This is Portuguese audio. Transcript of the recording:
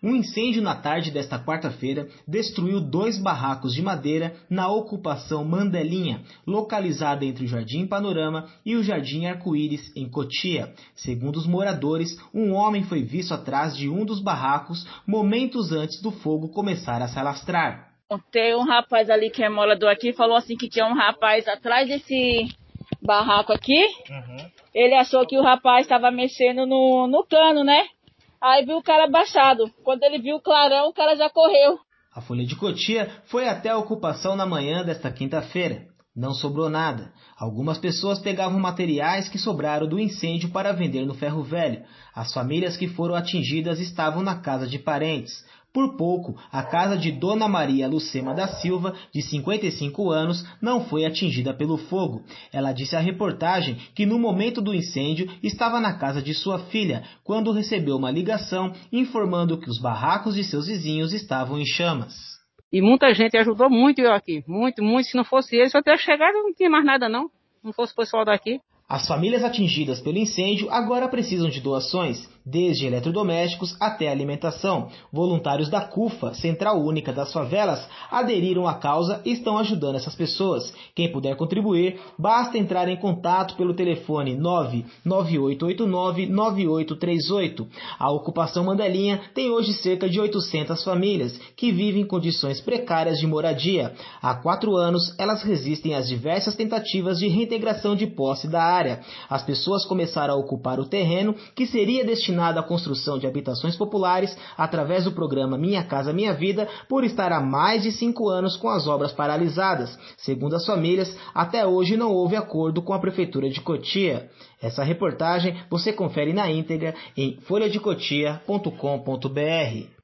Um incêndio na tarde desta quarta-feira destruiu 2 barracos de madeira na ocupação Mandelinha, localizada entre o Jardim Panorama e o Jardim Arco-Íris, em Cotia. Segundo os moradores, um homem foi visto atrás de um dos barracos momentos antes do fogo começar a se alastrar. Tem um rapaz ali que é morador aqui, falou assim que tinha um rapaz atrás desse barraco aqui. Ele achou que o rapaz estava mexendo no cano, né? Aí viu o cara baixado. Quando ele viu o clarão, o cara já correu. A Folha de Cotia foi até a ocupação na manhã desta quinta-feira. Não sobrou nada. Algumas pessoas pegavam materiais que sobraram do incêndio para vender no ferro velho. As famílias que foram atingidas estavam na casa de parentes. Por pouco, a casa de Dona Maria Lucema da Silva, de 55 anos, não foi atingida pelo fogo. Ela disse à reportagem que no momento do incêndio estava na casa de sua filha, quando recebeu uma ligação informando que os barracos de seus vizinhos estavam em chamas. E muita gente ajudou muito eu aqui, muito. Se não fosse eles, se eu tivesse chegado, não tinha mais nada não fosse o pessoal daqui. As famílias atingidas pelo incêndio agora precisam de doações, desde eletrodomésticos até alimentação. Voluntários da CUFA, Central Única das Favelas, aderiram à causa e estão ajudando essas pessoas. Quem puder contribuir, basta entrar em contato pelo telefone 99889-9838. A ocupação Mandelinha tem hoje cerca de 800 famílias que vivem em condições precárias de moradia. Há 4 anos, elas resistem às diversas tentativas de reintegração de posse da área. As pessoas começaram a ocupar o terreno que seria destinado à construção de habitações populares através do programa Minha Casa Minha Vida por estar há mais de 5 anos com as obras paralisadas. Segundo as famílias, até hoje não houve acordo com a Prefeitura de Cotia. Essa reportagem você confere na íntegra em folhadecotia.com.br.